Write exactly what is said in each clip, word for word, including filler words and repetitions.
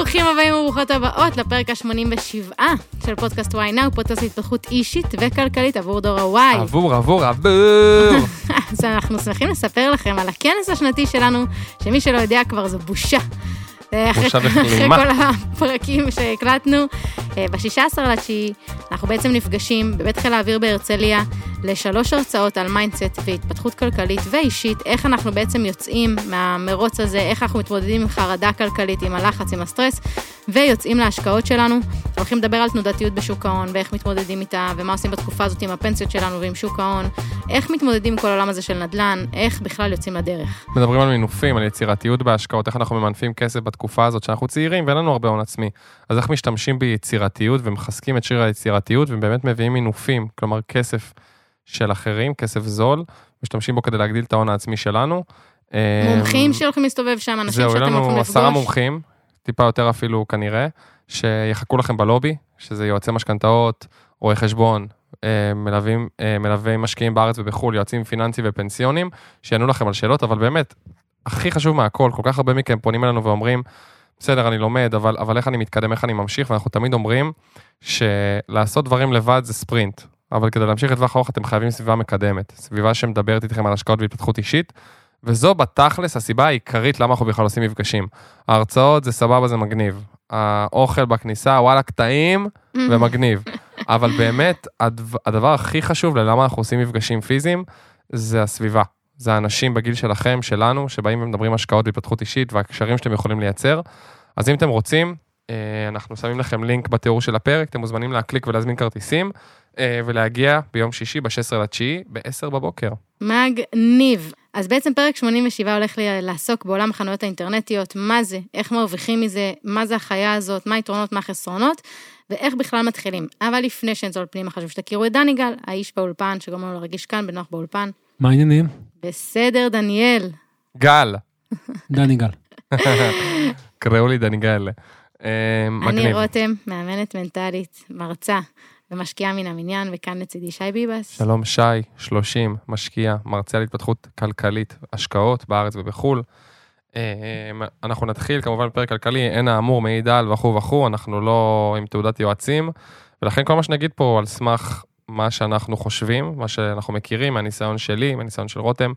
ברוכים הבאים וברוכות הבאות לפרק ה-שמונים ושבע של פודקאסט וואי נאו, פודקאסט התפתחות אישית וכלכלית עבור דור הוואי. עבור, עבור, עבור. אז אנחנו שמחים לספר לכם על הכנס השנתי שלנו, שמי שלא יודע כבר זו בושה. בושה אחרי וכלימה. כל הפרקים שהקלטנו, ב-שישה עשר לתשיעי אנחנו בעצם נפגשים בבית חיל האוויר בהרצליה לשלוש הרצאות על מיינדסט והתפתחות כלכלית ואישית, איך אנחנו בעצם יוצאים מהמרוץ הזה, איך אנחנו מתמודדים עם חרדה כלכלית, עם הלחץ, עם הסטרס, ויוצאים להשקעות שלנו. הולכים לדבר על תנודתיות בשוק ההון, ואיך מתמודדים איתה, ומה עושים בתקופה הזאת עם הפנסיות שלנו ועם שוק ההון, איך מתמודדים עם כל העולם הזה של נדל"ן, איך בכלל יוצאים לדרך. מדברים על מינופים, על יצירתיות בהשקעות, איך אנחנו ממנפים כסף בתקופה הזאת, שאנחנו צעירים ואין לנו הרבה הון עצמי. אז איך משתמשים ביצירתיות ומחזקים את שריר היצירתיות, ובאמת מביאים מינופים, כלומר כסף של אחרים, כסף זול, משתמשים בו כדי להגדיל את ההון העצמי שלנו. מומחים שהולכים להסתובב שם, אנשים זהו, שאתם הולכים לנו לפגוש. עשרה מומחים, טיפה יותר אפילו כנראה, שיחכו לכם בלובי, שזה יועצי משכנתאות, רואי חשבון, מלווים, מלווים משקיעים בארץ ובחול, יועצים פיננסיים ופנסיונים, שיענו לכם על שאלות, אבל באמת, הכי חשוב מהכל, כל כך הרבה מכם פונים אלינו ואומרים, בסדר, אני לומד, אבל, אבל איך אני מתקדם, איך אני ממשיך, ואנחנו תמיד אומרים שלעשות דברים לבד זה ספרינט, אבל כדי להמשיך לטווח ארוך, אתם חייבים סביבה מקדמת, סביבה שמדברת איתכם על השקעות והתפתחות אישית, וזו בתכלס הסיבה העיקרית למה אנחנו בכלל עושים מפגשים. ההרצאות זה סבבה, זה מגניב. האוכל בכניסה, וואלה, קטעים ומגניב. אבל באמת, הדבר הכי חשוב ללמה אנחנו עושים מפגשים פיזיים, זה הסביבה. זה האנשים בגיל שלכם, שלנו, שבאים ומדברים השקעות והתפתחות אישית, והקשרים שאתם יכולים לייצר. אז אם אתם רוצים, אנחנו שמים לכם לינק בתיאור של הפרק, אתם מוזמנים להקליק ולהזמין כרטיסים, ולהגיע ביום שישי, ב-שישה עשר לתשיעי, ב-עשר בבוקר. מגניב. אז בעצם פרק שמונים ושבע הולך לעסוק בעולם החנויות האינטרנטיות, מה זה, איך מרוויחים מזה, מה זה החיה הזאת, מה היתרונות, מה החסרונות, ואיך בכלל מתחילים. אבל לפני שנצול פנימה, חשוב שתכירו את דני גל, האיש באולפן, שגם הוא להרגיש כאן, בנוח באולפן. מה העניינים? בסדר, דניאל. גל. דני גל. קראו לי דני גל. אני רותם, מאמנת מנטלית, מרצה. ומשקיעה מן המניין, וכאן לצידי שי ביבס. שלום שי, שלושים, משקיע, מרצה להתפתחות כלכלית, השקעות בארץ ובחול. אנחנו נתחיל כמובן בפרק כלכלי, אין האמור מעיד על וכו' וכו', אנחנו לא עם תעודת יועצים, ולכן כל מה שנגיד פה על סמך מה שאנחנו חושבים, מה שאנחנו מכירים, מהניסיון שלי, מהניסיון של רותם,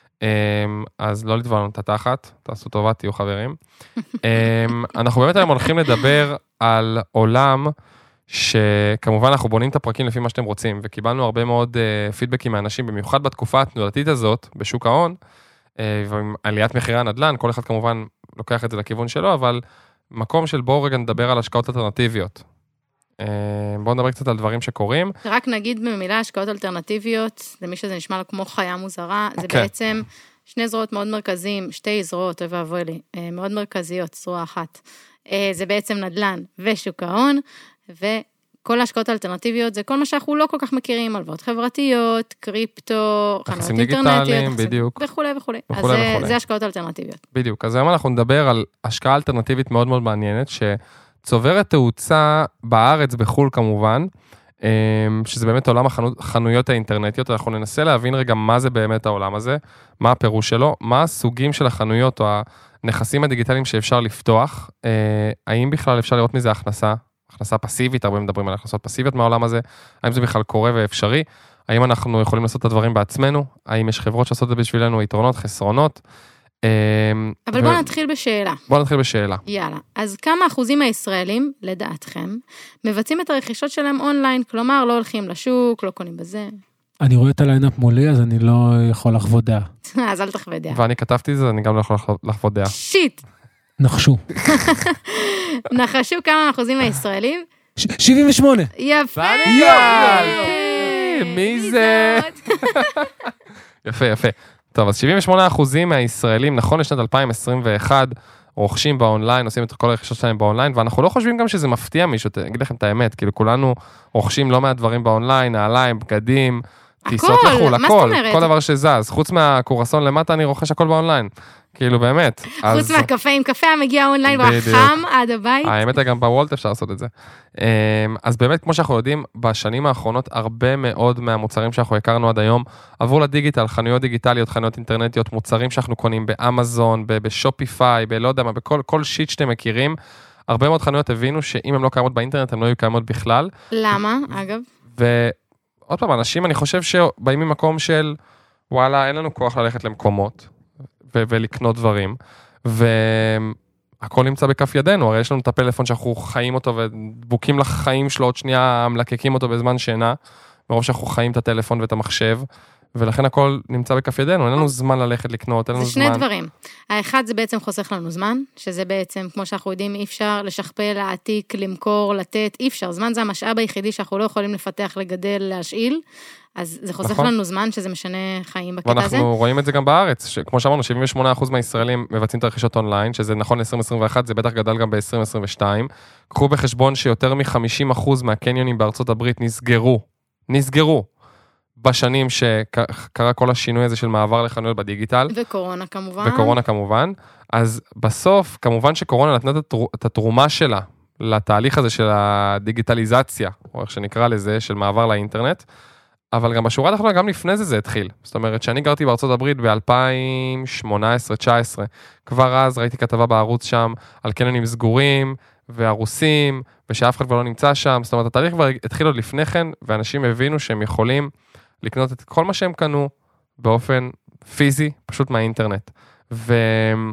אז לא לטבע לנו את התחת, תעשו טובה, תהיו חברים. אנחנו באמת היום הולכים לדבר על עולם, שכמובן אנחנו בונים את הפרקים לפי מה שאתם רוצים, וקיבלנו הרבה מאוד uh, פידבקים מאנשים, במיוחד בתקופה התנודתית הזאת, בשוק ההון, uh, ועם עליית מחירי הנדל"ן, כל אחד כמובן לוקח את זה לכיוון שלו, אבל מקום של בואו רגע נדבר על השקעות אלטרנטיביות. Uh, בואו נדבר קצת על דברים שקורים. רק נגיד במילה השקעות אלטרנטיביות, למי שזה נשמע לו כמו חיה מוזרה, זה Okay. בעצם שני זרועות מאוד מרכזיים, שתי זרועות, אוי ואבוי לי, מאוד מרכזיות, זרוע אחת. Uh, זה בעצם נדל"ן ושוק ההון, וכל ההשקעות האלטרנטיביות זה כל מה שאנחנו לא כל כך מכירים, הלוואות חברתיות, קריפטו, חנויות אינטרנטיות, בדיוק. וכו' וכו'. אז וכו' זה, וכו'. זה השקעות אלטרנטיביות. בדיוק. אז היום אנחנו נדבר על השקעה אלטרנטיבית מאוד מאוד מעניינת, שצוברת תאוצה בארץ, בחול כמובן, שזה באמת עולם החנויות האינטרנטיות. אנחנו ננסה להבין רגע מה זה באמת העולם הזה, מה הפירוש שלו, מה הסוגים של החנויות או הנכסים הדיגיטליים שאפשר לפתוח, האם בכלל אפשר לראות מזה הכנסה, הכנסה פסיבית, הרבה מדברים על הכנסות פסיביות מהעולם הזה, האם זה בכלל קורה ואפשרי, האם אנחנו יכולים לעשות את הדברים בעצמנו, האם יש חברות שעושות את זה בשבילנו, יתרונות, חסרונות. אבל בואו נתחיל בשאלה. בואו נתחיל בשאלה. יאללה, אז כמה אחוזים מהישראלים, לדעתכם, מבצעים את הרכישות שלהם אונליין, כלומר לא הולכים לשוק, לא קונים בזה? אני רואה את הליינאפ מולי, אז אני לא יכול לחוות דעה. אז אל תחווה דעה. ואני כתבתי את זה, אני גם לא יכול לחוות דעה. שיט! נחשו. נחשו כמה אחוזים מהישראלים? שבעים ושמונה. יפה! מי זה? יפה, יפה. טוב, אז שבעים ושמונה אחוזים מהישראלים, נכון לשנת אלפיים עשרים ואחת, רוכשים באונליין, עושים את כל הרכישות שלהם באונליין, ואנחנו לא חושבים גם שזה מפתיע מישהו, אגיד לכם את האמת, כאילו כולנו רוכשים לא מעט דברים באונליין, נעליים, בגדים, טיסות לחול, הכל, כל דבר שזז, חוץ מהקורסון למטה אני רוכש הכל באונליין, כאילו באמת. חוץ מהקפה, עם קפה המגיע אונליין והחם עד הבית. האמת גם בוולט אפשר לעשות את זה. אז באמת, כמו שאנחנו יודעים, בשנים האחרונות, הרבה מאוד מהמוצרים שאנחנו הכרנו עד היום, עברו לדיגיטל, חנויות דיגיטליות, חנויות אינטרנטיות, מוצרים שאנחנו קונים באמזון, בשופיפיי, בלא יודע מה, בכל שיט שאתם מכירים, הרבה מאוד חנויות הבינו שאם הן לא קיימות באינטרנט, הן לא יהיו קיימות בכלל. למה, אגב? ועוד פעם, אנשים, אני חושב שבאים ממקום של, וואלה, אין לנו כוח ללכת למקומות, ו- ולקנות דברים, והכל נמצא בכף ידינו, הרי יש לנו את הפלאפון שאנחנו חיים אותו, ובוקים לחיים שלו, עוד שנייה מלקקים אותו בזמן שינה, מרוב שאנחנו חיים את הטלפון ואת המחשב, ולכן הכל נמצא בכף ידינו, אין לנו זמן ללכת לקנות, אין לנו זמן. זה שני דברים. האחד זה בעצם חוסך לנו זמן, שזה בעצם, כמו שאנחנו יודעים, אי אפשר לשכפל, להעתיק, למכור, לתת, אי אפשר. זמן זה המשאב היחידי שאנחנו לא יכולים לפתח, לגדל, להשאיל, אז זה חוסך לנו זמן שזה משנה חיים בקטע הזה. ואנחנו רואים את זה גם בארץ, שכמו שאמרנו, שבעים ושמונה אחוז מהישראלים מבצעים את הרכישות אונליין, שזה נכון ל-עשרים עשרים ואחת, זה בטח גדל גם ב-עשרים עשרים ושתיים. קחו בחשבון שיותר מ-חמישים אחוז מהקניונים בארצות הברית נסגרו, נסגרו. בשנים שקרה כל השינוי הזה של מעבר לחנויות בדיגיטל. וקורונה כמובן. וקורונה כמובן. אז בסוף, כמובן שקורונה נתנה את התרומה שלה לתהליך הזה של הדיגיטליזציה, או איך שנקרא לזה, של מעבר לאינטרנט, אבל גם בשורה התחתונה, גם לפני זה זה התחיל. זאת אומרת, שאני גרתי בארצות הברית ב-אלפיים שמונה עשרה תשע עשרה, כבר אז ראיתי כתבה בערוץ שם על קניונים סגורים והרוסים, ושאף אחד כבר לא נמצא שם. זאת אומרת, התהליך כבר התחיל עוד לפני כן, ואנשים הבינו שהם יכולים לקנות את כל מה שהם קנו באופן פיזי, פשוט מהאינטרנט. והרבה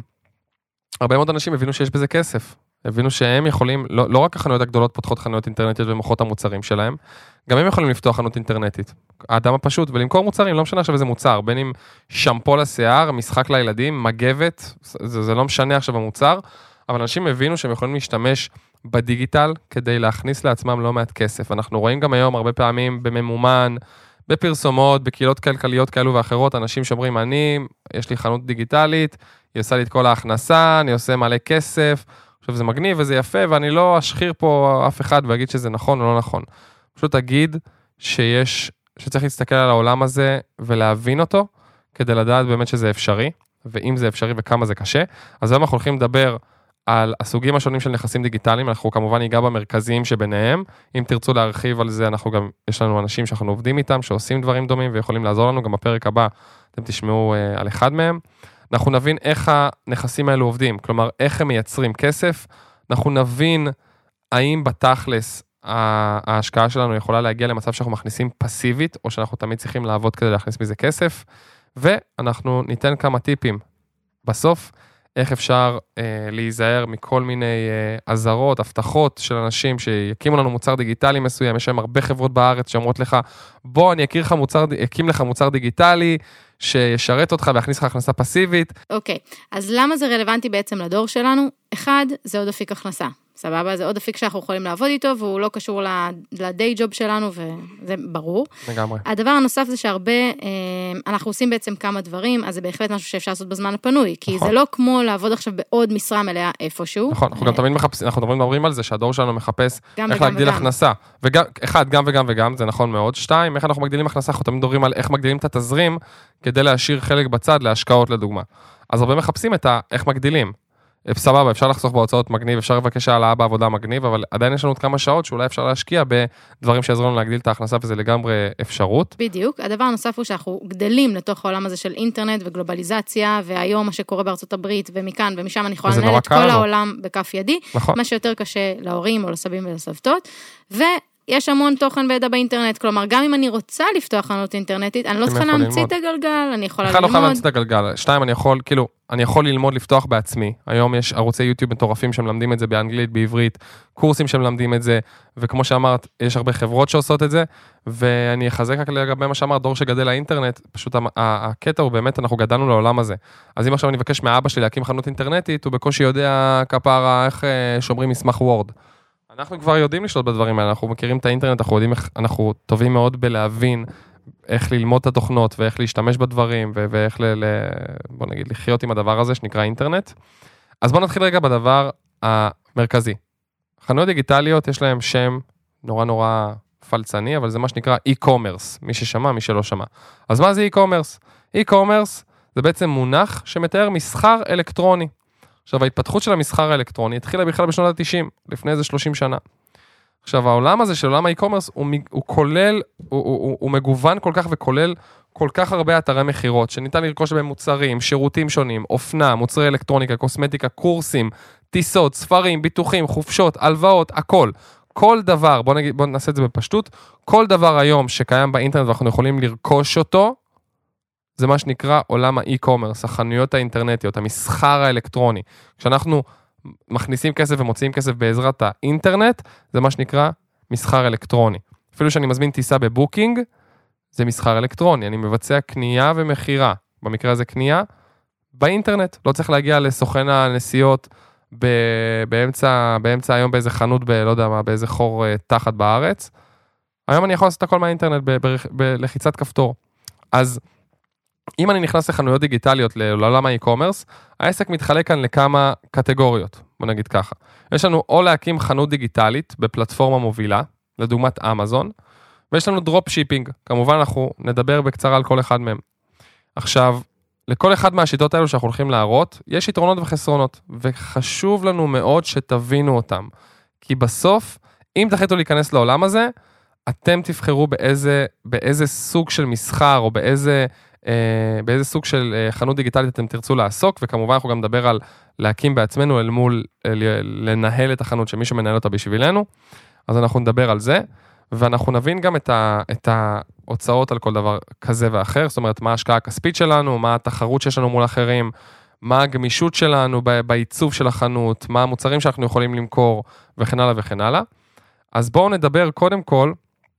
מאוד אנשים הבינו שיש בזה כסף. הבינו שהם יכולים, לא, לא רק החנויות הגדולות פותחות חנויות אינטרנטיות ומוכרות המוצרים שלהם, גם הם יכולים לפתוח חנות אינטרנטית. האדם הפשוט, ולמכור מוצרים, לא משנה עכשיו איזה מוצר, בין אם שמפו לשיער, משחק לילדים, מגבת, זה, זה לא משנה עכשיו המוצר, אבל אנשים הבינו שהם יכולים להשתמש בדיגיטל כדי להכניס לעצמם לא מעט כסף. אנחנו רואים גם היום הרבה פעמים בממומן, בפרסומות, בקהילות כלכליות כאלו ואחרות, אנשים שאומרים, אני, יש לי חנות דיגיטלית, היא עושה לי את כל ההכנסה, אני עושה מלא כסף, עכשיו זה מגניב וזה יפה, ואני לא אשחיר פה אף אחד ואגיד שזה נכון או לא נכון. פשוט אגיד שיש, שצריך להסתכל על העולם הזה ולהבין אותו, כדי לדעת באמת שזה אפשרי, ואם זה אפשרי וכמה זה קשה. אז היום אנחנו הולכים לדבר על הסוגים השונים של נכסים דיגיטליים, אנחנו כמובן ניגע במרכזיים שביניהם, אם תרצו להרחיב על זה, אנחנו גם, יש לנו אנשים שאנחנו עובדים איתם, שעושים דברים דומים ויכולים לעזור לנו, גם בפרק הבא אתם תשמעו uh, על אחד מהם. אנחנו נבין איך הנכסים האלו עובדים, כלומר, איך הם מייצרים כסף, אנחנו נבין האם בתכלס ההשקעה שלנו יכולה להגיע למצב שאנחנו מכניסים פסיבית, או שאנחנו תמיד צריכים לעבוד כדי להכניס מזה כסף, ואנחנו ניתן כמה טיפים. בסוף, איך אפשר אה, להיזהר מכל מיני אה, עזרות, הבטחות של אנשים שיקימו לנו מוצר דיגיטלי מסוים, יש להם הרבה חברות בארץ שאומרות לך, בוא אני אקים לך מוצר, אקים לך מוצר דיגיטלי, שישרת אותך ויכניס לך הכנסה פסיבית. אוקיי, אז למה זה רלוונטי בעצם לדור שלנו? אחד, זה עוד אפיק הכנסה. סבבה, זה עוד אפיק שאנחנו יכולים לעבוד איתו, והוא לא קשור לדיי ג'וב שלנו, וזה ברור. לגמרי. הדבר הנוסף זה שהרבה, אנחנו עושים בעצם כמה דברים, אז זה בהחלט משהו שאפשר לעשות בזמן הפנוי, כי זה לא כמו לעבוד עכשיו בעוד משרה מלאה איפשהו. נכון, אנחנו גם תמיד מחפשים, אנחנו תמיד מדברים על זה, שהדור שלנו מחפש איך להגדיל הכנסה. אחד, גם וגם וגם, זה נכון מאוד. שתיים, איך אנחנו מגדילים הכנסה, אנחנו תמיד מדברים על איך מגדילים את התזרים, כדי להשאיר חלק בצד להשקעות לדוגמה. אז הרבה מחפשים את איך מגדילים. סבבה, אפשר לחסוך בהוצאות מגניב, אפשר לבקש העלאה בעבודה מגניב, אבל עדיין יש לנו עוד כמה שעות שאולי אפשר להשקיע בדברים שיעזרו לנו להגדיל את ההכנסה, וזה לגמרי אפשרות. בדיוק. הדבר הנוסף הוא שאנחנו גדלים לתוך העולם הזה של אינטרנט וגלובליזציה, והיום מה שקורה בארצות הברית, ומכאן ומשם אני יכולה לנהל את כל העולם בכף ידי, נכון. מה שיותר קשה להורים או לסבים ולסבתות, ו... יש המון תוכן וידע באינטרנט, כלומר, גם אם אני רוצה לפתוח חנות אינטרנטית, אני לא צריכה להמציא את הגלגל, אני יכולה ללמוד. בכלל לא יכולה להמציא את הגלגל. שתיים, אני יכול, כאילו, אני יכול ללמוד לפתוח בעצמי. היום יש ערוצי יוטיוב מטורפים שמלמדים את זה באנגלית, בעברית, קורסים שמלמדים את זה, וכמו שאמרת, יש הרבה חברות שעושות את זה, ואני אחזק רק לגבי מה שאמרת, דור שגדל לאינטרנט, פשוט הקטע הוא באמת, אנחנו גדלנו לעולם הזה. אז אם עכשיו אני מבקש מאבא שלי להקים חנות אינטרנטית, הוא בקושי יודע כפרה איך שומרים מסמך וורד. אנחנו כבר יודעים לשלוט בדברים האלה, אנחנו מכירים את האינטרנט, אנחנו יודעים איך, אנחנו טובים מאוד בלהבין איך ללמוד את התוכנות, ואיך להשתמש בדברים, ואיך ל, ל, בוא נגיד, לחיות עם הדבר הזה שנקרא אינטרנט. אז בוא נתחיל רגע בדבר המרכזי. חנויות דיגיטליות יש להם שם נורא נורא פלצני, אבל זה מה שנקרא e-commerce, מי ששמע, מי שלא שמע. אז מה זה e-commerce? e-commerce זה בעצם מונח שמתאר מסחר אלקטרוני. עכשיו, ההתפתחות של המסחר האלקטרוני התחילה בכלל בשנות ה-תשעים, לפני איזה שלושים שנה. עכשיו, העולם הזה של עולם האי-קומרס, הוא, הוא כולל, הוא, הוא, הוא מגוון כל כך וכולל כל כך הרבה אתרי מחירות, שניתן לרכוש בהם מוצרים, שירותים שונים, אופנה, מוצרי אלקטרוניקה, קוסמטיקה, קורסים, טיסות, ספרים, ביטוחים, חופשות, הלוואות, הכל. כל דבר, בוא נגיד, בוא נעשה את זה בפשטות, כל דבר היום שקיים באינטרנט ואנחנו יכולים לרכוש אותו, זה מה שנקרא עולם האי-קומרס, החנויות האינטרנטיות, המסחר האלקטרוני. כשאנחנו מכניסים כסף ומוציאים כסף בעזרת האינטרנט, זה מה שנקרא מסחר אלקטרוני. אפילו שאני מזמין טיסה בבוקינג, זה מסחר אלקטרוני, אני מבצע קנייה ומחירה, במקרה הזה קנייה, באינטרנט, לא צריך להגיע לסוכן הנסיעות באמצע, באמצע היום באיזה חנות, ב, לא יודע מה, באיזה חור תחת בארץ. היום אני יכול לעשות הכל מהאינטרנט בלחיצת כפתור. אז אם אני נכנס לחנויות דיגיטליות לעולם האי-קומרס, העסק מתחלק כאן לכמה קטגוריות, בוא נגיד ככה. יש לנו או להקים חנות דיגיטלית בפלטפורמה מובילה, לדוגמת אמזון, ויש לנו דרופ שיפינג, כמובן אנחנו נדבר בקצרה על כל אחד מהם. עכשיו, לכל אחד מהשיטות האלו שאנחנו הולכים להראות, יש יתרונות וחסרונות, וחשוב לנו מאוד שתבינו אותם. כי בסוף, אם תחליטו להיכנס לעולם הזה, אתם תבחרו באיזה, באיזה סוג של מסחר, או באיזה, אה, באיזה סוג של אה, חנות דיגיטלית אתם תרצו לעסוק, וכמובן אנחנו גם נדבר על להקים בעצמנו, אל מול אה, לנהל את החנות שמישהו מנהל אותה בשבילנו, אז אנחנו נדבר על זה, ואנחנו נבין גם את, ה, את ההוצאות על כל דבר כזה ואחר, זאת אומרת, מה ההשקעה הכספית שלנו, מה התחרות שיש לנו מול אחרים, מה הגמישות שלנו בעיצוב של החנות, מה המוצרים שאנחנו יכולים למכור, וכן הלאה וכן הלאה. אז בואו נדבר קודם כל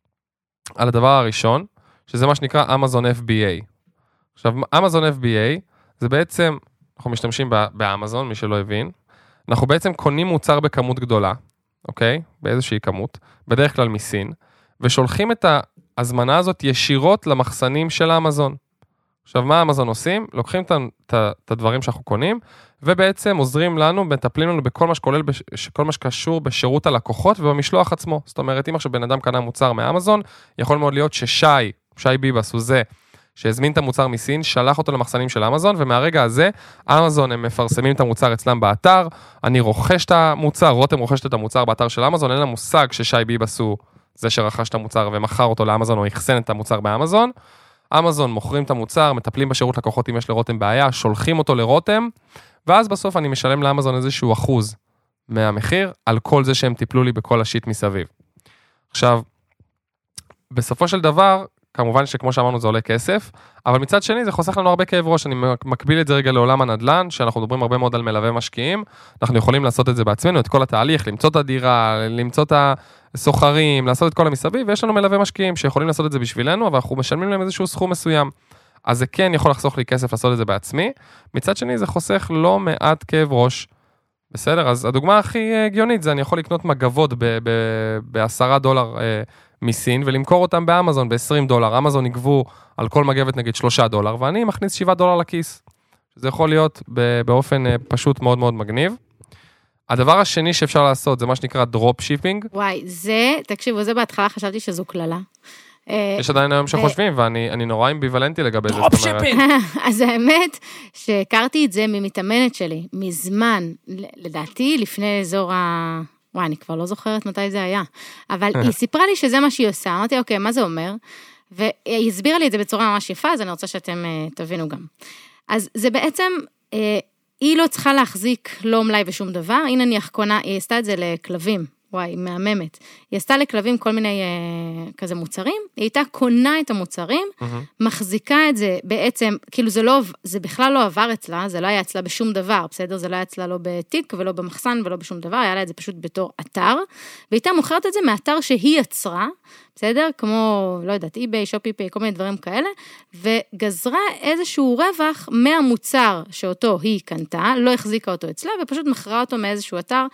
על הדבר הראשון, שזה מה שנקרא אמזון אף בי איי. עכשיו, אמזון אף בי איי, זה בעצם, אנחנו משתמשים באמזון, מי שלא הבין, אנחנו בעצם קונים מוצר בכמות גדולה, אוקיי? באיזושהי כמות, בדרך כלל מסין, ושולחים את ההזמנה הזאת ישירות למחסנים של האמזון. עכשיו, מה האמזון עושים? לוקחים את הדברים שאנחנו קונים, ובעצם עוזרים לנו, מטפלים לנו בכל מה שכולל, כל מה שקשור בשירות הלקוחות ובמשלוח עצמו. זאת אומרת, אם עכשיו בן אדם קנה מוצר מאמזון, יכול מאוד להיות ששי, שי ביבס הוא זה, שהזמין את המוצר מסין, שלח אותו למחסנים של אמזון, ומהרגע הזה, אמזון הם מפרסמים את המוצר אצלם באתר, אני רוכש את המוצר, רותם רוכשת את המוצר באתר של אמזון, אין לה מושג ששי ביבס הוא זה שרכש את המוצר ומכר אותו לאמזון, או יחסן את המוצר באמזון. אמזון מוכרים את המוצר, מטפלים בשירות לקוחות אם יש לרותם בעיה, שולחים אותו לרותם, ואז בסוף אני משלם לאמזון איזשהו אחוז מהמחיר, על כל זה שהם טיפלו לי בכל השיט מסביב. עכשיו, בסופו של דבר, כמובן שכמו שאמרנו זה עולה כסף, אבל מצד שני זה חוסך לנו הרבה כאב ראש, אני מקביל את זה רגע לעולם הנדל"ן, שאנחנו מדברים הרבה מאוד על מלווה משקיעים, אנחנו יכולים לעשות את זה בעצמנו, את כל התהליך, למצוא את הדירה, למצוא את הסוחרים, לעשות את כל המסביב, ויש לנו מלווה משקיעים שיכולים לעשות את זה בשבילנו, אבל אנחנו משלמים להם איזשהו סכום מסוים. אז זה כן יכול לחסוך לי כסף לעשות את זה בעצמי, מצד שני זה חוסך לא מעט כאב ראש. בסדר? אז הדוגמה הכי הגיונית זה אני יכול לקנות מגבות ב-עשרה דולר מסין, ולמכור אותם באמזון ב-עשרים דולר. אמזון יגבו על כל מגבת נגיד שלושה דולר, ואני מכניס שבעה דולר לכיס. זה יכול להיות באופן פשוט מאוד מאוד מגניב. הדבר השני שאפשר לעשות זה מה שנקרא דרופ שיפינג. וואי, זה, תקשיבו, זה בהתחלה חשבתי שזו כללה. יש עדיין היום שחושבים, ואני נורא אמביוולנטי לגבי זה. דרופ שיפינג! אז האמת שהכרתי את זה ממתאמנת שלי, מזמן, לדעתי לפני אזור ה... וואי, אני כבר לא זוכרת מתי זה היה, אבל היא סיפרה לי שזה מה שהיא עושה, אמרתי, אוקיי, מה זה אומר? והיא הסבירה לי את זה בצורה ממש יפה, אז אני רוצה שאתם תבינו גם. אז זה בעצם, היא לא צריכה להחזיק לא מלאי ושום דבר, הנה נניח קונה, היא עשתה את זה לכלבים, וואי, היא מהממת. היא עשתה לכלבים כל מיני אה, כזה מוצרים, היא הייתה קונה את המוצרים, mm-hmm. מחזיקה את זה בעצם, כאילו זה, לא, זה בכלל לא עבר אצלה, זה לא היה אצלה בשום דבר, בסדר? זה לא היה אצלה לא בתיק ולא במחסן ולא בשום דבר, היה לה את זה פשוט בתור אתר, והייתה מוכרת את זה מאתר שהיא יצרה, בסדר? כמו, לא יודעת, eBay, Shopify, כל מיני דברים כאלה, וגזרה איזשהו רווח מהמוצר שאותו היא קנתה, לא החזיקה אותו אצלה, ופשוט מכרה אותו מאיזשהו אתר,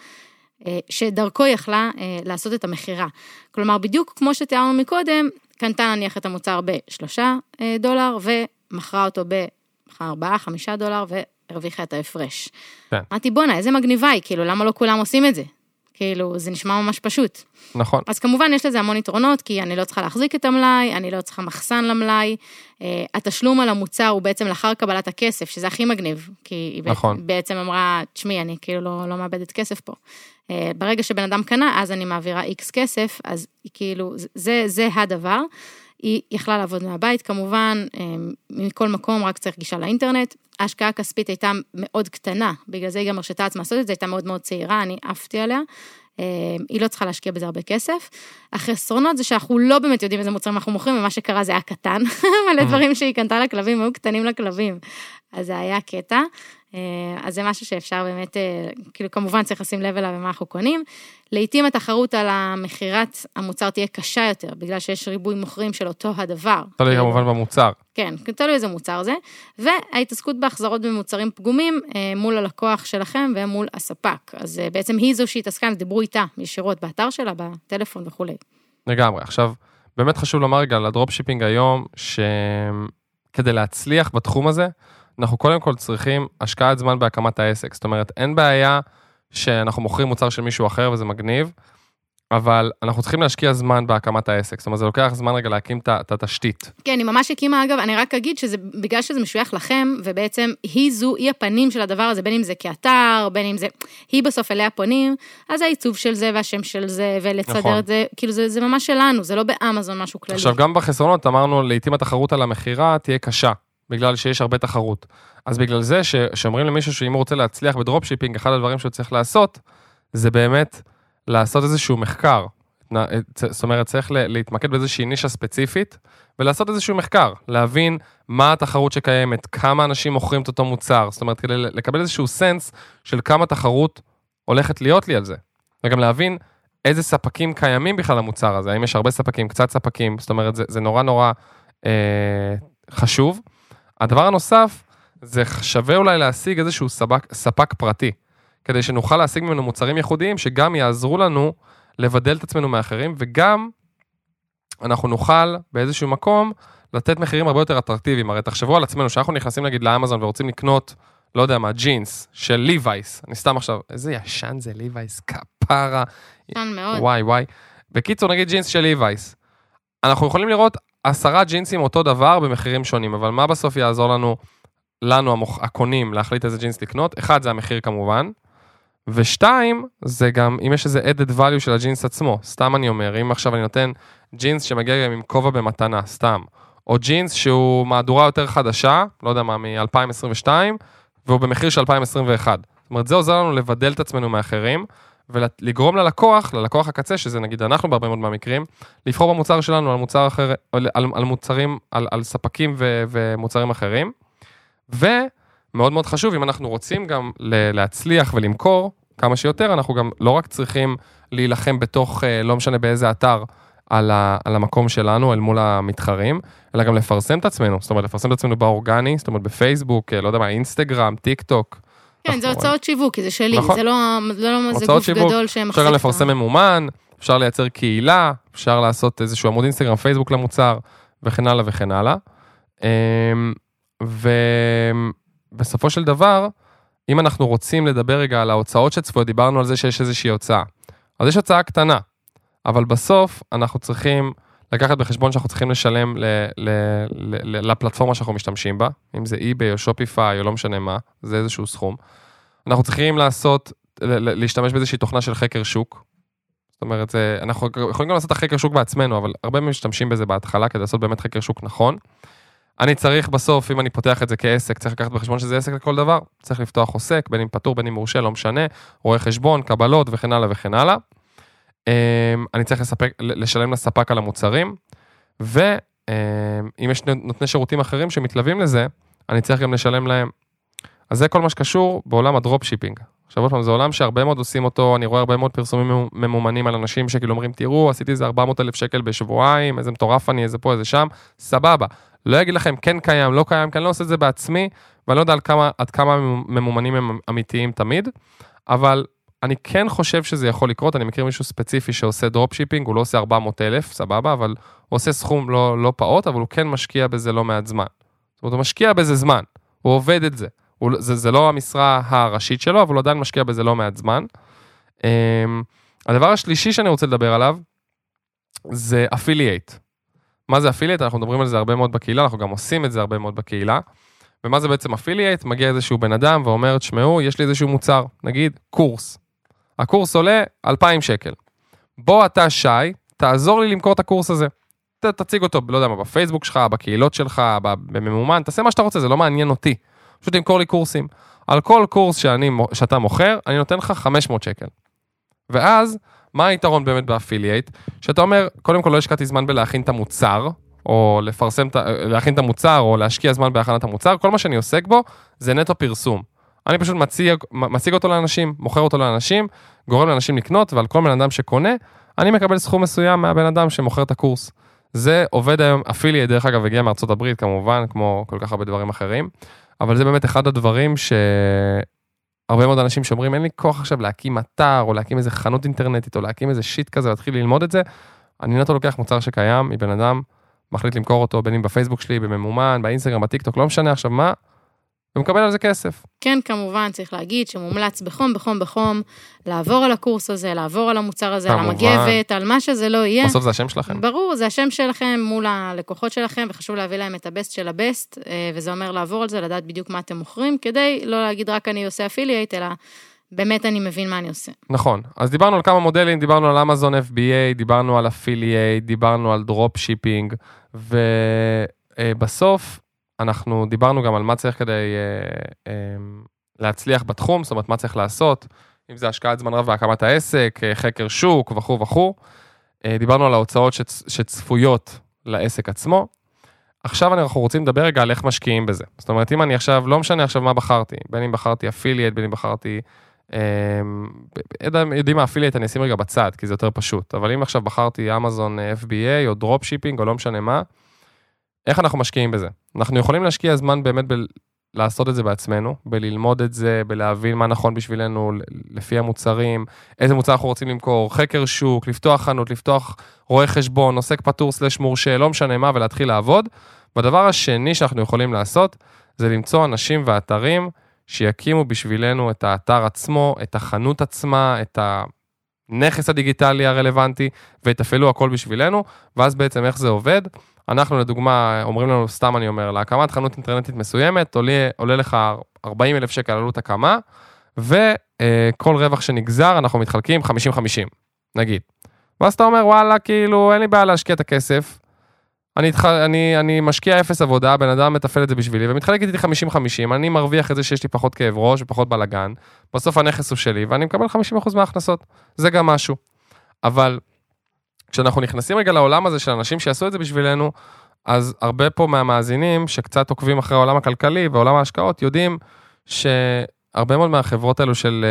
שדרכו יכלה לעשות את המחירה. כלומר, בדיוק כמו שתיארנו מקודם, קנתה נניח את המוצר בשלושה דולר, ומכרה אותו בארבעה, חמישה דולר, והרוויחה את ההפרש. כן. אמרתי, בונה, איזה מגניבה היא, כאילו, למה לא כולם עושים את זה? כאילו, זה נשמע ממש פשוט. נכון. אז כמובן, יש לזה המון יתרונות, כי אני לא צריכה להחזיק את המלאי, אני לא צריכה מחסן למלאי, התשלום על המוצר הוא בעצם לאחר קבלת הכסף, שזה הכי מגניב, כי היא נכון. בעצם אמרה, תשמעי, אני כאילו לא, לא מאבדת כסף פה. ברגע שבן אדם קנה, אז אני מעבירה איקס כסף, אז כאילו, זה, זה הדבר. היא יכלה לעבוד מהבית, כמובן, מכל מקום, רק צריך גישה לאינטרנט. ההשקעה הכספית הייתה מאוד קטנה, בגלל זה היא גם הרשתה עצמה לעשות את זה, הייתה מאוד מאוד צעירה, אני עפתי עליה, היא לא צריכה להשקיע בזה הרבה כסף. החסרונות זה שאנחנו לא באמת יודעים איזה מוצרים אנחנו מוכרים, ומה שקרה זה היה קטן, מלא דברים שהיא קנתה לכלבים, היו קטנים לכלבים, אז זה היה קטע, אז זה משהו שאפשר באמת, כאילו כמובן צריך לשים לב אליו ומה אנחנו קונים, לעתים התחרות על המחירת המוצר תהיה קשה יותר, בגלל שיש ריבוי מוכרים של אותו הדבר. תלוי כמובן במוצר. כן, תלוי איזה מוצר זה, וההתעסקות בהחזרות במוצרים פגומים מול הלקוח שלכם ומול הספק, אז בעצם היא זו שהתעסקה, דיברו איתה ישירות באתר שלה, בטלפון וכו'. לגמרי, עכשיו, באמת חשוב לומר רגע על הדרופשיפינג היום, שכדי להצליח בתחום הזה, אנחנו קודם כל צריכים השקעת זמן בהקמת העסק, זאת אומרת, אין בעיה שאנחנו מוכרים מוצר של מישהו אחר וזה מגניב, אבל אנחנו צריכים להשקיע זמן בהקמת העסק, זאת אומרת, זה לוקח זמן רגע להקים את התשתית. כן, היא ממש הקימה, אגב, אני רק אגיד שזה, בגלל שזה משוייך לכם, ובעצם היא זו, היא הפנים של הדבר הזה, בין אם זה כאתר, בין אם זה, היא בסוף אליה פונים, אז העיצוב של זה והשם של זה, ולצדר נכון. את זה, כאילו זה, זה ממש שלנו, זה לא באמזון משהו כללי. עכשיו, גם בחסרונות אמרנו, לעתים התחרות על המחירה תהיה קשה, בגלל שיש הרבה תחרות. אז בגלל זה, שאומרים למישהו שאם הוא רוצה להצליח בדרופשיפינג, אחד הדברים שהוא צריך לעשות, זה באמת לעשות איזשהו מחקר. זאת אומרת, צריך להתמקד באיזושהי נישה ספציפית, ולעשות איזשהו מחקר, להבין מה התחרות שקיימת, כמה אנשים מוכרים את אותו מוצר, זאת אומרת, כדי לקבל איזשהו סנס של כמה תחרות הולכת להיות לי על זה. וגם להבין איזה ספקים קיימים בכלל למוצר הזה, האם יש הרבה ספקים, קצת ספקים, זאת אומרת, זה, זה נורא נורא אה, חשוב. הדבר הנוסף, זה שווה אולי להשיג איזשהו ספק, ספק פרטי, כדי שנוכל להשיג ממנו מוצרים ייחודיים, שגם יעזרו לנו לבדל את עצמנו מאחרים, וגם אנחנו נוכל באיזשהו מקום לתת מחירים הרבה יותר אטרקטיביים. הרי תחשבו על עצמנו, שאנחנו נכנסים נגיד לאמזון ורוצים לקנות, לא יודע מה, ג'ינס של ליווייס. אני סתם עכשיו, איזה ישן זה ליווייס, כפרה. ישן מאוד. וואי וואי. בקיצור נגיד ג'ינס של ליווייס. אנחנו יכולים לראות עשרה ג'ינסים אותו דבר במחירים שונים, אבל מה בסוף יעזור לנו, לנו המוח, הקונים, להחליט איזה ג'ינס לקנות? אחד, זה המחיר כמובן, ושתיים, זה גם, אם יש איזה added value של הג'ינס עצמו, סתם אני אומר, אם עכשיו אני נותן ג'ינס שמגיע גם עם כובע במתנה, סתם, או ג'ינס שהוא מהדורה יותר חדשה, לא יודע מה, מ-אלפיים עשרים ושתיים, והוא במחיר של אלפיים עשרים ואחת. זאת אומרת, זה עוזר לנו לבדל את עצמנו מאחרים, ולגרום ללקוח, ללקוח הקצה, שזה נגיד אנחנו בהרבה מאוד מהמקרים, לבחור במוצר שלנו על מוצר אחר, על, על מוצרים, על, על ספקים ו, ומוצרים אחרים. ומאוד מאוד חשוב, אם אנחנו רוצים גם להצליח ולמכור כמה שיותר, אנחנו גם לא רק צריכים להילחם בתוך, לא משנה באיזה אתר, על, ה, על המקום שלנו, אל מול המתחרים, אלא גם לפרסם את עצמנו, זאת אומרת, לפרסם את עצמנו באורגני, זאת אומרת, בפייסבוק, לא יודע מה, אינסטגרם, טיק טוק. כן, זה הוצאות שיווק, כי זה שלי, זה לא איזה גוף גדול שמחזיק. אפשר גם לפרסם ממומן, אפשר לייצר קהילה, אפשר לעשות איזשהו עמוד אינסטגרם, פייסבוק למוצר, וכן הלאה וכן הלאה. ובסופו של דבר, אם אנחנו רוצים לדבר רגע על ההוצאות שצפויות, דיברנו על זה שיש איזושהי הוצאה. אז יש הוצאה קטנה, אבל בסוף אנחנו צריכים לקחת בחשבון שאנחנו צריכים לשלם ל, ל, ל, לפלטפורמה שאנחנו משתמשים בה, אם זה eBay או שופיפיי או לא משנה מה, זה איזשהו סכום. אנחנו צריכים לעשות, להשתמש באיזושהי תוכנה של חקר שוק. זאת אומרת, זה, אנחנו יכולים גם לעשות את החקר שוק בעצמנו, אבל הרבה משתמשים בזה בהתחלה כדי לעשות באמת חקר שוק נכון. אני צריך בסוף, אם אני פותח את זה כעסק, צריך לקחת בחשבון שזה עסק לכל דבר, צריך לפתוח עוסק, בין אם פטור, בין אם מורשה, לא משנה, רואה חשבון, קבלות וכן הלאה וכן הלאה. אני צריך לספק, לשלם לספק על המוצרים, ואם יש נותני שירותים אחרים שמתלווים לזה, אני צריך גם לשלם להם. אז זה כל מה שקשור בעולם הדרופשיפינג. עכשיו עוד פעם, זה עולם שהרבה מאוד עושים אותו, אני רואה הרבה מאוד פרסומים ממומנים על אנשים שכאילו אומרים, תראו, עשיתי איזה ארבע מאות אלף שקל בשבועיים, איזה מטורף אני, איזה פה, איזה שם, סבבה. לא אגיד לכם, כן קיים, לא קיים, כי אני לא עושה את זה בעצמי, ואני לא יודע על כמה, עד כמה ממומנים הם אמיתיים תמיד, אבל אני כן חושב שזה יכול לקרות, אני מכיר מישהו ספציפי שעושה דרופשיפינג, הוא לא עושה ארבע מאות אלף, סבבה, אבל הוא עושה סכום לא, לא פעוט, אבל הוא כן משקיע בזה לא מעט זמן. זאת אומרת, הוא משקיע בזה זמן, הוא עובד את זה. הוא, זה, זה לא המשרה הראשית שלו, אבל הוא עדיין משקיע בזה לא מעט זמן. Um, הדבר השלישי שאני רוצה לדבר עליו, זה אפילייט. מה זה אפילייט? אנחנו מדברים על זה הרבה מאוד בקהילה, אנחנו גם עושים את זה הרבה מאוד בקהילה. ומה זה בעצם אפילייט? מגיע איזשהו בן אדם ואומר, תשמעו, יש לי איזשהו מוצר, נגיד קורס. הקורס עולה אלפיים שקל. בוא אתה, שי, תעזור לי למכור את הקורס הזה. ת, תציג אותו, לא יודע מה, בפייסבוק שלך, בקהילות שלך, בממומן, תעשה מה שאתה רוצה, זה לא מעניין אותי. פשוט תמכור לי קורסים. על כל קורס שאני, שאתה מוכר, אני נותן לך חמש מאות שקל. ואז, מה היתרון באמת באפילייט? שאתה אומר, קודם כל לא השקעתי זמן בלהכין את המוצר, או לפרסם, להכין את המוצר, או להשקיע זמן בהכנת המוצר, כל מה שאני עוסק בו, זה נטו פרסום. אני פשוט מציג, מציג אותו לאנשים, מוכר אותו לאנשים, גורם לאנשים לקנות, ועל כל בן אדם שקונה, אני מקבל סכום מסוים מהבן אדם שמוכר את הקורס. זה עובד היום, אפילייט, דרך אגב, הגיע מארצות הברית, כמובן, כמו כל כך הרבה דברים אחרים, אבל זה באמת אחד הדברים שהרבה מאוד אנשים שאומרים, אין לי כוח עכשיו להקים אתר, או להקים איזה חנות אינטרנטית, או להקים איזה שיט כזה, להתחיל ללמוד את זה. אני נטו לוקח מוצר שקיים, מבן אדם, מחליט למכור אותו, בין אם בפייסבוק שלי, בממומן, באינסטגרם, בטיקטוק, לא משנה עכשיו מה, ומקבל על זה כסף. כן, כמובן, צריך להגיד שמומלץ בחום, בחום, בחום, לעבור על הקורס הזה, לעבור על המוצר הזה, כמובן. על המגבת, על מה שזה לא יהיה. בסוף זה השם שלכם. ברור, זה השם שלכם מול הלקוחות שלכם, וחשוב להביא להם את הבסט של הבסט, וזה אומר לעבור על זה, לדעת בדיוק מה אתם מוכרים, כדי לא להגיד רק אני עושה אפילייט, אלא באמת אני מבין מה אני עושה. נכון, אז דיברנו על כמה מודלים, דיברנו על אמזון אף בי איי, דיברנו על אפילייט, דיברנו על דרופ שיפינג, ובסוף אנחנו דיברנו גם על מה צריך כדי אה, אה, להצליח בתחום, זאת אומרת מה צריך לעשות, אם זה השקעת זמן רב בהקמת העסק, חקר שוק וכו' וכו'. אה, דיברנו על ההוצאות שצ, שצפויות לעסק עצמו. עכשיו אנחנו רוצים לדבר רגע על איך משקיעים בזה. זאת אומרת, אם אני עכשיו, לא משנה עכשיו מה בחרתי, בין אם בחרתי אפילייט, בין אם בחרתי, אה, יודעים מה אפילייט אני אשים רגע בצד, כי זה יותר פשוט, אבל אם עכשיו בחרתי אמזון אף בי איי או דרופ שיפינג או לא משנה מה, איך אנחנו משקיעים בזה? אנחנו יכולים להשקיע זמן באמת ב- לעשות את זה בעצמנו, בללמוד את זה, בלהבין מה נכון בשבילנו, לפי המוצרים, איזה מוצר אנחנו רוצים למכור, חקר שוק, לפתוח חנות, לפתוח רואה חשבון, עוסק פטור סלש מורשה, לא משנה מה, ולהתחיל לעבוד. והדבר השני שאנחנו יכולים לעשות, זה למצוא אנשים ואתרים שיקימו בשבילנו את האתר עצמו, את החנות עצמה, את הנכס הדיגיטלי הרלוונטי, ויתפעלו הכל בשבילנו, ואז בעצם איך זה עובד? אנחנו לדוגמה, אומרים לנו, סתם אני אומר, להקמת חנות אינטרנטית מסוימת, עולה, עולה לך ארבעים אלף שקל עלות הקמה, וכל רווח שנגזר, אנחנו מתחלקים חמישים חמישים, נגיד. ואז אתה אומר, וואלה, כאילו, אין לי בעיה להשקיע את הכסף, אני, התח... אני, אני משקיע אפס עבודה, בן אדם מטפל את זה בשבילי, ומתחלק איתי חמישים חמישים, אני מרוויח את זה שיש לי פחות כאב ראש, ופחות בלגן, בסוף הנכס הוא שלי, ואני מקבל חמישים אחוז מההכנסות, זה גם משהו. אבל כשאנחנו נכנסים רגע לעולם הזה של אנשים שיעשו את זה בשבילנו, אז הרבה פה מהמאזינים שקצת עוקבים אחרי העולם הכלכלי ועולם ההשקעות, יודעים שהרבה מאוד מהחברות האלו של,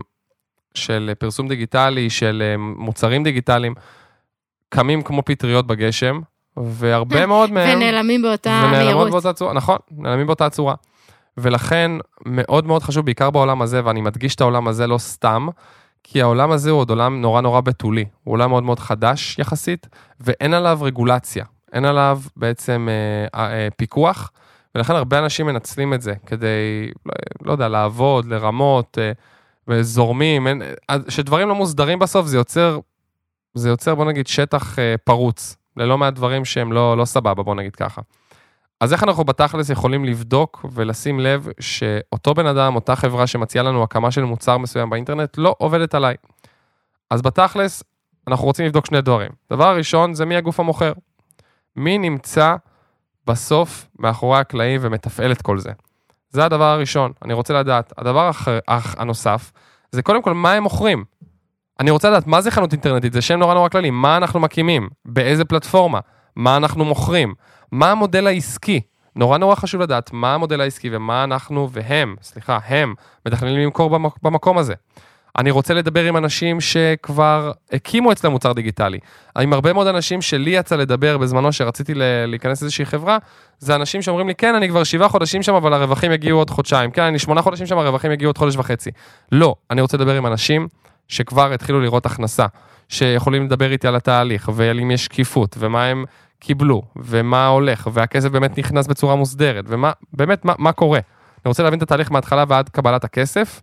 של פרסום דיגיטלי, של מוצרים דיגיטליים, קמים כמו פטריות בגשם, והרבה מאוד מהם... ונעלמים באותה ונעלמות מהירות. באותה צורה, נכון, נעלמים באותה צורה. ולכן מאוד מאוד חשוב, בעיקר בעולם הזה, ואני מדגיש את העולם הזה לא סתם, כי העולם הזה הוא עוד עולם נורא נורא בתולי, הוא עולם מאוד מאוד חדש יחסית, ואין עליו רגולציה, אין עליו בעצם אה, אה, פיקוח, ולכן הרבה אנשים מנצלים את זה, כדי, לא, לא יודע, לעבוד, לרמות, אה, וזורמים, אין, שדברים לא מוסדרים בסוף, זה יוצר, זה יוצר, בוא נגיד, שטח אה, פרוץ, ללא מעט דברים שהם לא, לא סבבה, בוא נגיד ככה. אז איך אנחנו בתכלס יכולים לבדוק ולשים לב שאותו בן אדם, אותה חברה שמציעה לנו הקמה של מוצר מסוים באינטרנט, לא עובדת עליי. אז בתכלס, אנחנו רוצים לבדוק שני דברים. דבר הראשון זה מי הגוף המוכר. מי נמצא בסוף מאחורי הקלעים ומתפעל את כל זה. זה הדבר הראשון. אני רוצה לדעת. הדבר אחר, הנוסף, זה קודם כל מה הם מוכרים. אני רוצה לדעת מה זה חנות אינטרנטית, זה שם נורא נורא כללי. מה אנחנו מקימים? באיזה פלטפורמה? מה אנחנו מוכרים? מה המודל העסקי? נורא נורא חשוב לדעת מה המודל העסקי ומה אנחנו והם, סליחה, הם, מתכננים למכור במקום הזה. אני רוצה לדבר עם אנשים שכבר הקימו אצלם מוצר דיגיטלי. עם הרבה מאוד אנשים שלי יצא לדבר בזמנו שרציתי להיכנס לאיזושהי חברה, זה אנשים שאומרים לי, כן, אני כבר שבעה חודשים שם, אבל הרווחים יגיעו עוד חודשיים. כן, אני שמונה חודשים שם, הרווחים יגיעו עוד חודש וחצי. לא, אני רוצה לדבר עם אנשים שכבר התחילו לראות הכנסה, שיכולים לדבר איתי על התהליך, ואם יש שקיפות, ומה הם קיבלו, ומה הולך, והכסף באמת נכנס בצורה מוסדרת, ומה, באמת, מה, מה קורה. אני רוצה להבין את התהליך מההתחלה ועד קבלת הכסף.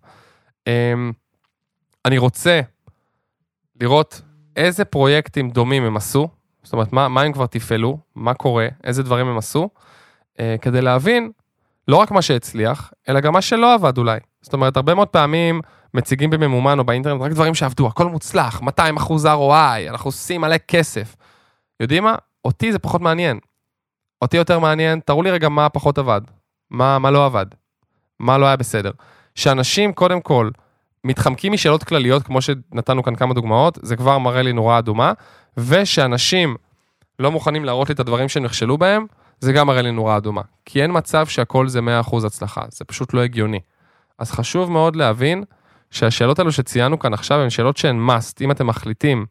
אני רוצה לראות איזה פרויקטים דומים הם עשו, זאת אומרת, מה, מה הם כבר תפעלו, מה קורה, איזה דברים הם עשו, כדי להבין לא רק מה שהצליח, אלא גם מה שלא עבד אולי. זאת אומרת, הרבה מאוד פעמים מציגים בממומן או באינטרנט רק דברים שעבדו, הכל מוצלח, מאתיים אחוז אר או איי, אנחנו עושים מלא כסף. יודעים מה? אותי זה פחות מעניין. אותי יותר מעניין, תראו לי רגע מה פחות עבד, מה, מה לא עבד, מה לא היה בסדר. שאנשים קודם כל מתחמקים משאלות כלליות, כמו שנתנו כאן כמה דוגמאות, זה כבר מראה לי נורה אדומה, ושאנשים לא מוכנים להראות לי את הדברים שנכשלו בהם, זה גם מראה לי נורה אדומה. כי אין מצב שהכל זה מאה אחוז הצלחה, זה פשוט לא הגיוני. אז חשוב מאוד להבין שהשאלות האלו שציינו כאן עכשיו, הן שאלות שהן must. אם אתם מחליטים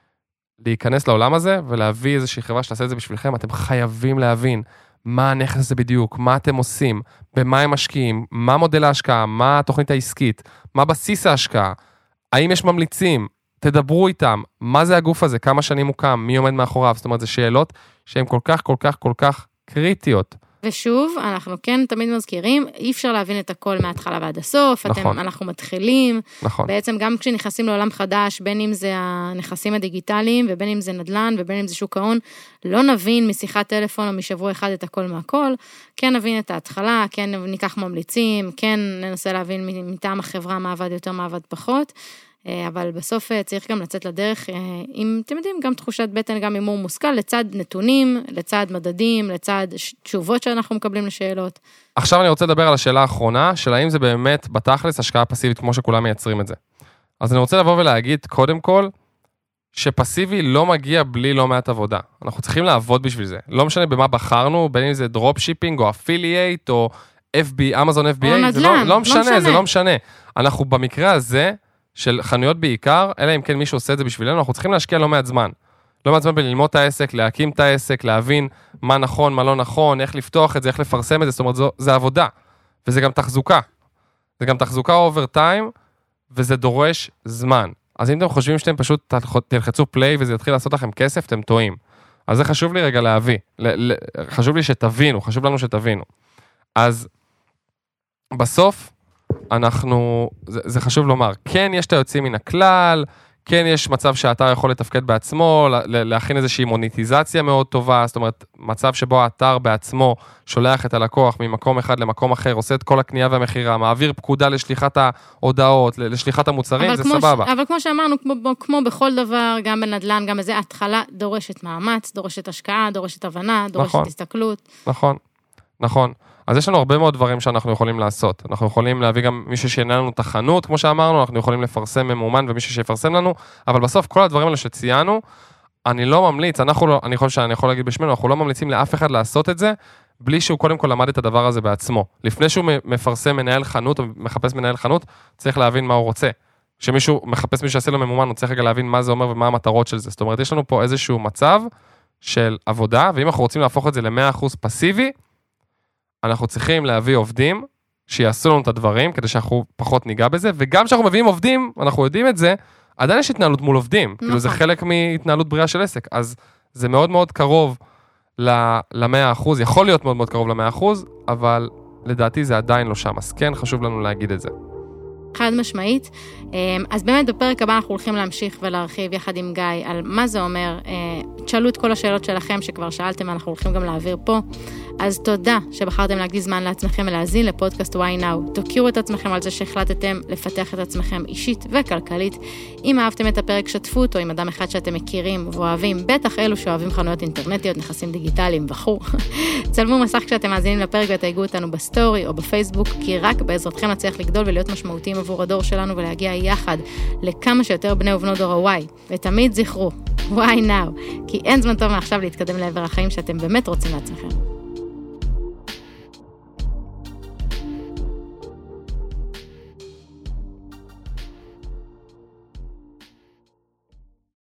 להיכנס לעולם הזה, ולהביא איזושהי חברה שתעשה את זה בשבילכם, אתם חייבים להבין מה הנכס הזה בדיוק, מה אתם עושים, במה הם משקיעים, מה מודל ההשקעה, מה התוכנית העסקית, מה בסיס ההשקעה, האם יש ממליצים, תדברו איתם, מה זה הגוף הזה, כמה שנים הוא קם, מי עומד מאחוריו, זאת אומרת, זה שאלות שהן כל כך, כל כך, כל כך קריטיות. ושוב, אנחנו כן תמיד מזכירים, אי אפשר להבין את הכל מההתחלה ועד הסוף, נכון. אתם, אנחנו מתחילים, נכון. בעצם גם כשנכנסים לעולם חדש, בין אם זה הנכסים הדיגיטליים, ובין אם זה נדל"ן, ובין אם זה שוק ההון, לא נבין משיחת טלפון או משבוע אחד את הכל מהכל, כן נבין את ההתחלה, כן ניקח ממליצים, כן ננסה להבין מטעם החברה מה עבד יותר, מה עבד פחות, אבל בסוף צריך גם לצאת לדרך, אם אתם יודעים, גם תחושת בטן, גם אימור מושכל, לצד נתונים, לצד מדדים, לצד תשובות שאנחנו מקבלים לשאלות. עכשיו אני רוצה לדבר על השאלה האחרונה, של האם זה באמת בתכלס השקעה פסיבית, כמו שכולם מייצרים את זה. אז אני רוצה לבוא ולהגיד, קודם כל, שפסיבי לא מגיע בלי לא מעט עבודה. אנחנו צריכים לעבוד בשביל זה. לא משנה במה בחרנו, בין אם זה דרופ שיפינג, או אפילייט, או אף בי, אמזון אף בי איי, זה לא, לא משנה, לא משנה, זה לא משנה. אנחנו במקרה הזה, של חנויות בעיקר, אלא אם כן מישהו עושה את זה בשבילנו, אנחנו צריכים להשקיע לא מעט זמן. לא מעט זמן בללמוד את העסק, להקים את העסק, להבין מה נכון, מה לא נכון, איך לפתוח את זה, איך לפרסם את זה, זאת אומרת, זו, זה עבודה. וזה גם תחזוקה. זה גם תחזוקה אובר טיים, וזה דורש זמן. אז אם אתם חושבים שאתם פשוט תלחצו פליי, וזה יתחיל לעשות לכם כסף, אתם טועים. אז זה חשוב לי רגע להביא. ל- ל- חשוב לי שתבינו, חשוב לנו שתבינו. אז בסוף, אנחנו, זה, זה חשוב לומר, כן יש את היוצאים מן הכלל, כן יש מצב שהאתר יכול לתפקד בעצמו, להכין איזושהי מוניטיזציה מאוד טובה, זאת אומרת, מצב שבו האתר בעצמו שולח את הלקוח ממקום אחד למקום אחר, עושה את כל הקנייה והמחירה, מעביר פקודה לשליחת ההודעות, לשליחת המוצרים, זה סבבה. ש... אבל כמו שאמרנו, כמו, כמו בכל דבר, גם בנדל"ן, גם בזה, התחלה דורשת מאמץ, דורשת השקעה, דורשת הבנה, דורשת נכון, הסתכלות. נכון, נכון. אז יש לנו הרבה מאוד דברים שאנחנו יכולים לעשות. אנחנו יכולים להביא גם מישהו שינה לנו את החנות, כמו שאמרנו, אנחנו יכולים לפרסם ממומן ומישהו שיפרסם לנו, אבל בסוף כל הדברים האלה שציינו, אני לא ממליץ, אנחנו לא, אני חושב שאני יכול להגיד בשמנו, אנחנו לא ממליצים לאף אחד לעשות את זה, בלי שהוא קודם כל למד את הדבר הזה בעצמו. לפני שהוא מפרסם מנהל חנות, או מחפש מנהל חנות, צריך להבין מה הוא רוצה. כשמישהו מחפש מישהו שעשה לו ממומן, הוא צריך רגע להבין מה זה אומר ומה המטרות של זה. זאת אומרת, יש לנו פה איזשהו מצב של עבודה, ואם אנחנו רוצים להפוך את זה ל-מאה אחוז פסיבי, אנחנו צריכים להביא עובדים שיעשו לנו את הדברים, כדי שאנחנו פחות ניגע בזה, וגם כשאנחנו מביאים עובדים, אנחנו יודעים את זה, עדיין יש התנהלות מול עובדים, נכון. כאילו זה חלק מהתנהלות בריאה של עסק, אז זה מאוד מאוד קרוב ל-מאה אחוז, יכול להיות מאוד מאוד קרוב ל-מאה אחוז, אבל לדעתי זה עדיין לא שם, אז כן חשוב לנו להגיד את זה. חד משמעית. אז באמת בפרק הבא אנחנו הולכים להמשיך ולהרחיב יחד עם גיא על מה זה אומר. תשאלו את כל השאלות שלכם שכבר שאלתם, אנחנו הולכים גם להעביר פה. אז תודה שבחרתם להקדיש זמן לעצמכם ולהזין לפודקאסט Why Now. תוקירו את עצמכם על זה שהחלטתם לפתח את עצמכם אישית וכלכלית. אם אהבתם את הפרק, שתפו אותו עם אדם אחד שאתם מכירים ואוהבים, בטח אלו שאוהבים חנויות אינטרנטיות, נכסים דיגיטליים וכו'. צלמו מסך כשאתם מאזינים לפרק ותייגו אותנו בסטורי או בפייסבוק, כי רק בעזרתכם נצליח לגדול ולהיות משמעותיים עבור הדור שלנו ולהגיע יחד לכמה שיותר בני ובנות דור ה-Y. ותמיד זכרו, Why Now? כי אין זמן טוב מעכשיו להתקדם לעבר החיים שאתם באמת רוצים לעצמכם.